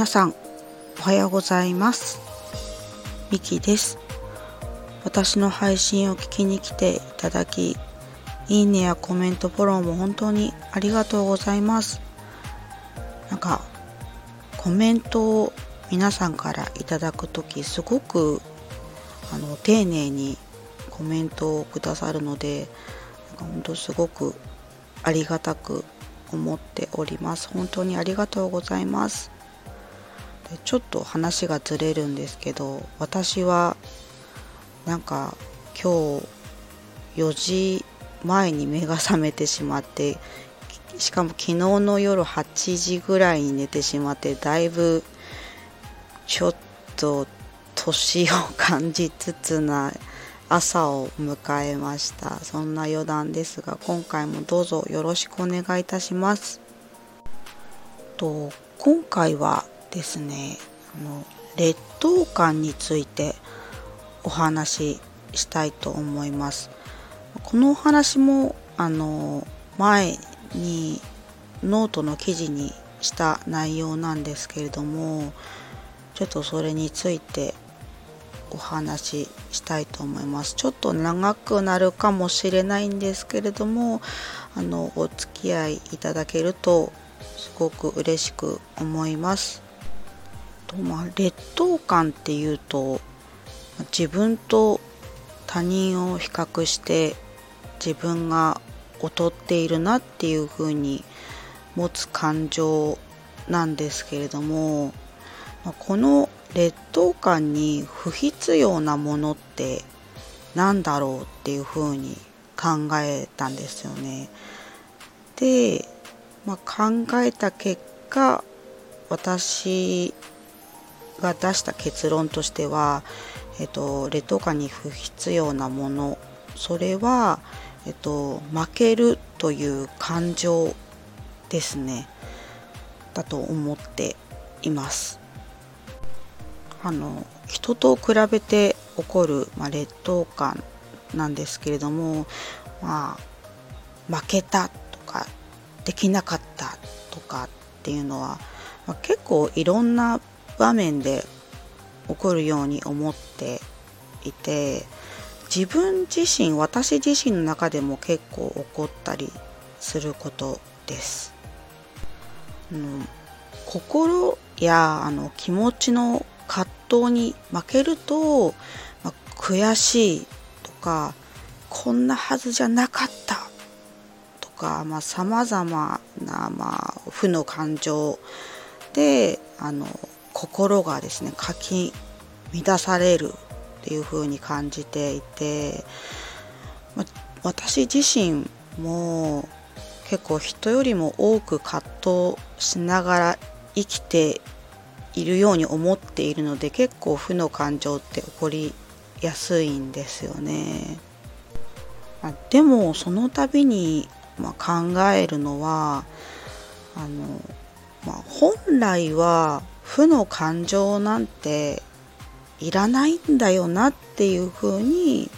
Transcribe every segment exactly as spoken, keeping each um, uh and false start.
皆さんおはようございます。ミキです。私の配信を聞きに来ていただき、いいねやコメントフォローも本当にありがとうございます。なんかコメントを皆さんからいただくとき、すごくあの丁寧にコメントをくださるので、なんか本当すごくありがたく思っております。本当にありがとうございます。でちょっと話がずれるんですけど、私はなんか今日よじまえに目が覚めてしまって、しかも昨日の夜はちじぐらいに寝てしまって、だいぶちょっと年を感じつつな朝を迎えました。そんな余談ですが、今回もどうぞよろしくお願いいたします。と今回はですね、あの劣等感についてお話ししたいと思います。このお話もあの前にノートの記事にした内容なんですけれども、ちょっとそれについてお話ししたいと思います。ちょっと長くなるかもしれないんですけれども、あのお付き合いいただけるとすごく嬉しく思います。と、まあ、劣等感っていうと、自分と他人を比較して自分が劣っているなっていうふうに持つ感情なんですけれども、この劣等感に不必要なものって何だろうっていうふうに考えたんですよね。で、まあ、考えた結果、私が出した結論としては、えっと、劣等感に不必要なもの、それは、えっと、負けるという感情ですね、だと思っています。あの人と比べて起こる、まあ、劣等感なんですけれども、まあ、負けたとかできなかったとかっていうのは、まあ、結構いろんな場面で起こるように思っていて、自分自身私自身の中でも結構起こったりすることです。うん、心やあの気持ちの葛藤に負けると、まあ、悔しいとか、こんなはずじゃなかったとか、まあ、様々な、まあ、負の感情であの心がですねかき乱されるっていう風に感じていて、まあ、私自身も結構人よりも多く葛藤しながら生きているように思っているので、結構負の感情って起こりやすいんですよね。まあ、でもその度に、まあ、考えるのはあの、まあ、本来は負の感情なんていらないんだよなっていうふうに、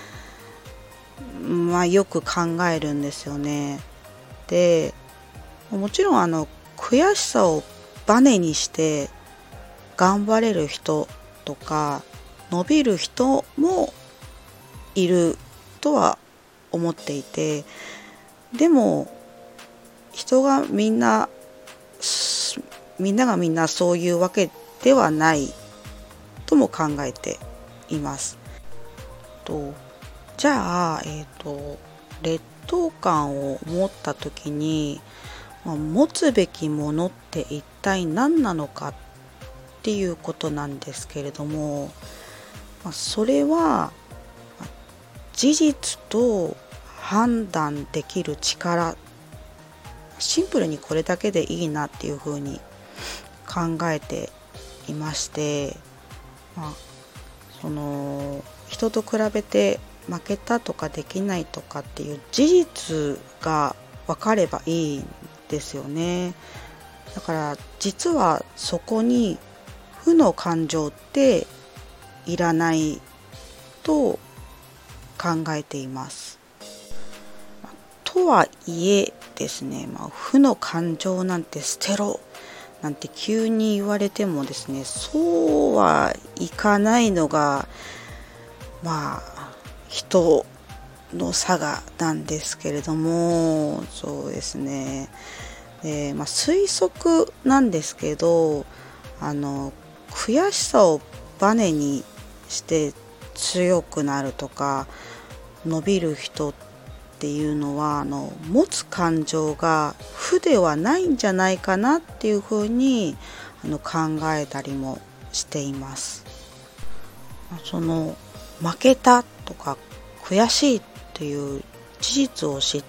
まあ、よく考えるんですよね。で、もちろんあの悔しさをバネにして頑張れる人とか伸びる人もいるとは思っていて、でも人がみんなみんながみんなそういうわけではないとも考えています。とじゃあ、えーと、劣等感を持った時に、まあ、持つべきものって一体何なのかっていうことなんですけれども、まあ、それは事実と判断できる力、シンプルにこれだけでいいなっていうふうに考えていまして、まあ、その人と比べて負けたとかできないとかっていう事実が分かればいいんですよね。だから実はそこに負の感情っていらないと考えています。とはいえですね、まあ、負の感情なんて捨てろなんて急に言われてもですね、そうはいかないのがまあ人の差がなんですけれども、そうですね。で、まあ、推測なんですけど、あの悔しさをバネにして強くなるとか伸びる人っていうのは、あの持つ感情が負ではないんじゃないかなっていうふうにあの考えたりもしています。その負けたとか悔しいという事実を知って、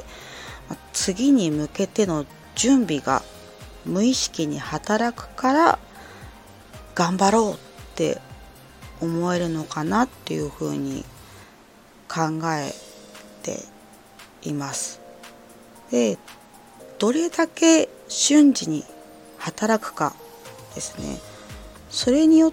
次に向けての準備が無意識に働くから頑張ろうって思えるのかなっていうふうに考えています。で、どれだけ瞬時に働くかですね。それによって、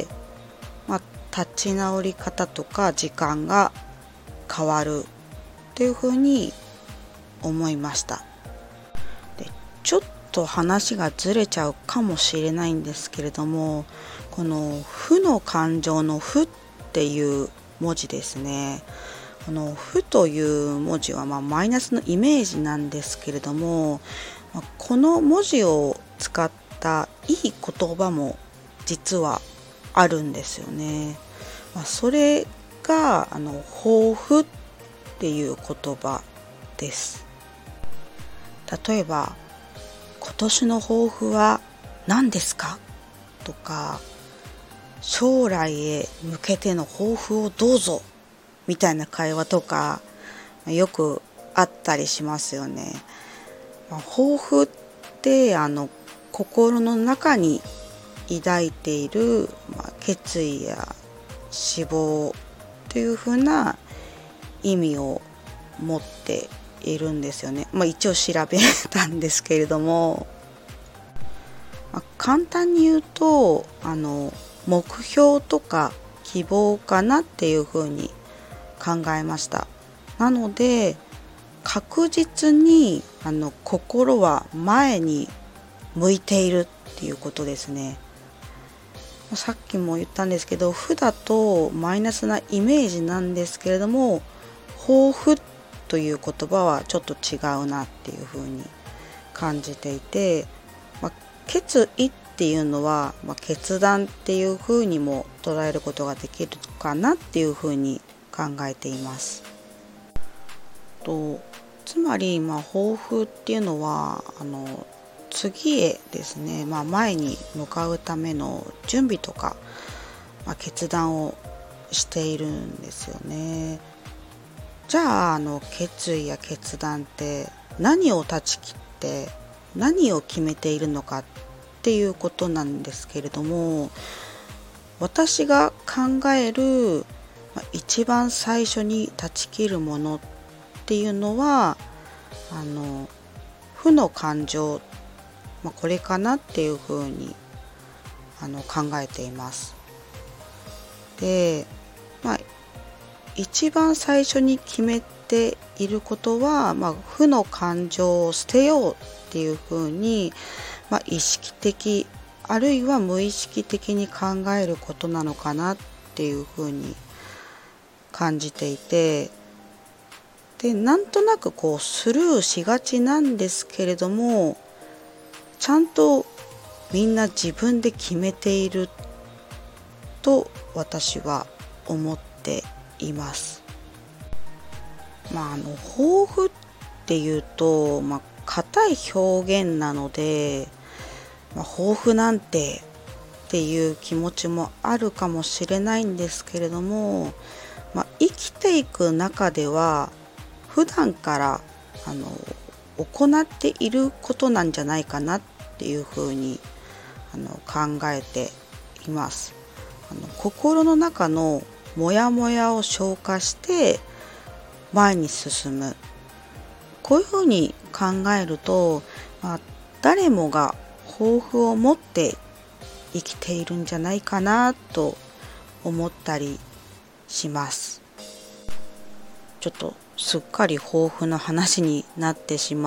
まあ、立ち直り方とか時間が変わるっていうふうに思いました。で、ちょっと話がずれちゃうかもしれないんですけれども、この負の感情の負っていう文字ですね。この負という文字はまあマイナスのイメージなんですけれども、この文字を使ったいい言葉も実はあるんですよね。まあ、それがあの抱負っていう言葉です。例えば、今年の抱負は何ですかとか、将来へ向けての抱負をどうぞみたいな会話とかよくあったりしますよね。まあ、抱負ってあの心の中に抱いている、まあ、決意や志望というふうな意味を持っているんですよね。まあ、一応調べたんですけれども、まあ、簡単に言うとあの目標とか希望かなっていうふうに考えました。なので確実にあの心は前に向いているっていうことですね。さっきも言ったんですけど、負だとマイナスなイメージなんですけれども、抱負という言葉はちょっと違うなっていうふうに感じていて、まあ、決意っていうのは、まあ、決断っていうふうにも捉えることができるかなっていうふうに考えています。とつまり、まあ、抱負っていうのはあの次へですね、まあ、前に向かうための準備とか、まあ、決断をしているんですよね。じゃあ、あの決意や決断って何を断ち切って何を決めているのかっていうことなんですけれども、私が考える、まあ、一番最初に断ち切るものっていうのはあの負の感情、まあ、これかなっていうふうにあの考えています。で、まあ、一番最初に決めていることは、まあ、負の感情を捨てようっていうふうに、まあ、意識的あるいは無意識的に考えることなのかなっていうふうに感じていて、でなんとなくこうスルーしがちなんですけれども、ちゃんとみんな自分で決めていると私は思っています。まああの抱負っていうと、まあ、硬い表現なので、まあ、抱負なんてっていう気持ちもあるかもしれないんですけれども、まあ、生きていく中では普段からあの行っていることなんじゃないかなっていうふうにあの考えています。あの心の中のモヤモヤを消化して前に進む、こういうふうに考えると、まあ、誰もが抱負を持って生きているんじゃないかなと思ったりします。ちょっとすっかり抱負の話になってしまっ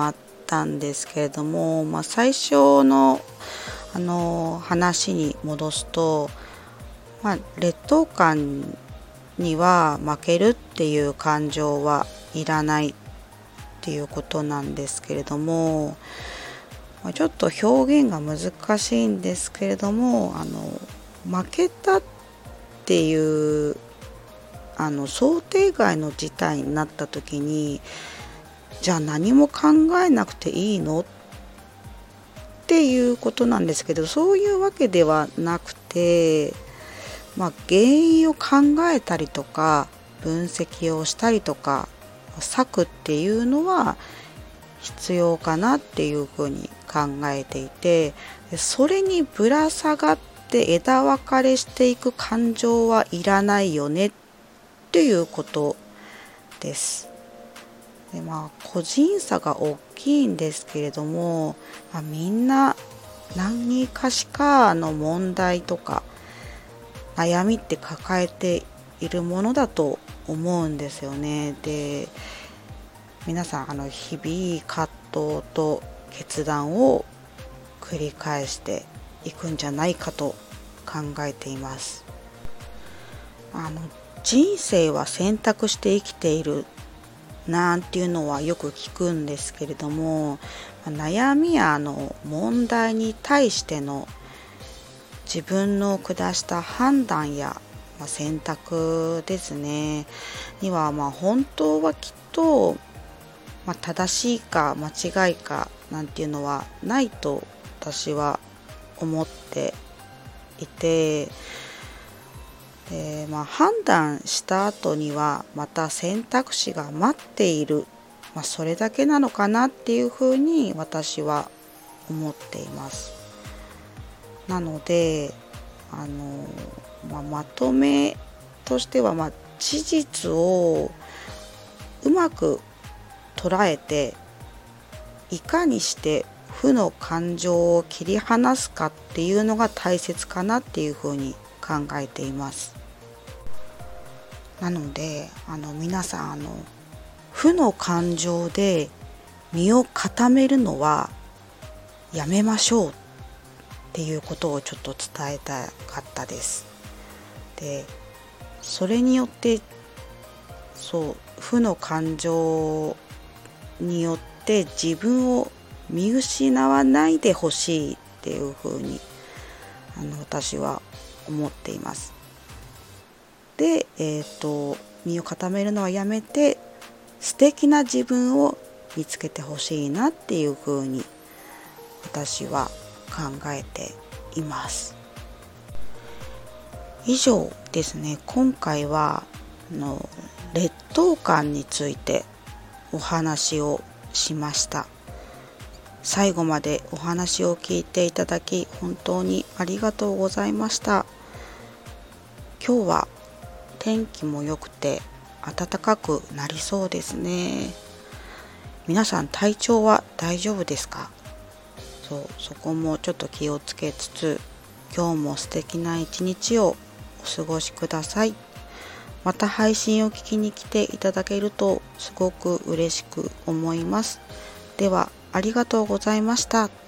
たんですけれども、まあ、最初の、あの話に戻すと、まあ、劣等感には負けるっていう感情はいらないっていうことなんですけれども、まあ、ちょっと表現が難しいんですけれども、あの負けたっていうあの想定外の事態になった時に、じゃあ何も考えなくていいのっていうことなんですけど、そういうわけではなくて、まあ、原因を考えたりとか分析をしたりとか策っていうのは必要かなっていうふうに考えていて、それにぶら下がって枝分かれしていく感情はいらないよねっていうことです。でまあ、個人差が大きいんですけれども、まあ、みんな何かしかの問題とか悩みって抱えているものだと思うんですよね。で皆さんあの日々葛藤と決断を繰り返していくんじゃないかと考えています。あの人生は選択して生きているなんていうのはよく聞くんですけれども、悩みやあの問題に対しての自分の下した判断や選択ですねには、まあ本当はきっと、まあ、正しいか間違いかなんていうのはないと私は思っていて、で、まあ、判断した後にはまた選択肢が待っている、まあ、それだけなのかなっていうふうに私は思っています。なのであの、まあ、まとめとしては、まあ、事実をうまく捉えていかにして負の感情を切り離すかっていうのが大切かなっていうふうに考えています。なのであの皆さんあの負の感情で身を固めるのはやめましょうっていうことをちょっと伝えたかったです。でそれによってそう負の感情によって自分を見失わないでほしいっていうふうにあの私は思っています。で、えーと、身を固めるのはやめて素敵な自分を見つけてほしいなっていうふうに私は考えています。以上ですね。今回はあの劣等感についてお話をしました。最後までお話を聞いていただき本当にありがとうございました。今日は天気も良くて暖かくなりそうですね。皆さん体調は大丈夫ですか？そう、そこもちょっと気をつけつつ、今日も素敵な一日をお過ごしください。また配信を聞きに来ていただけるとすごく嬉しく思います。ではありがとうございました。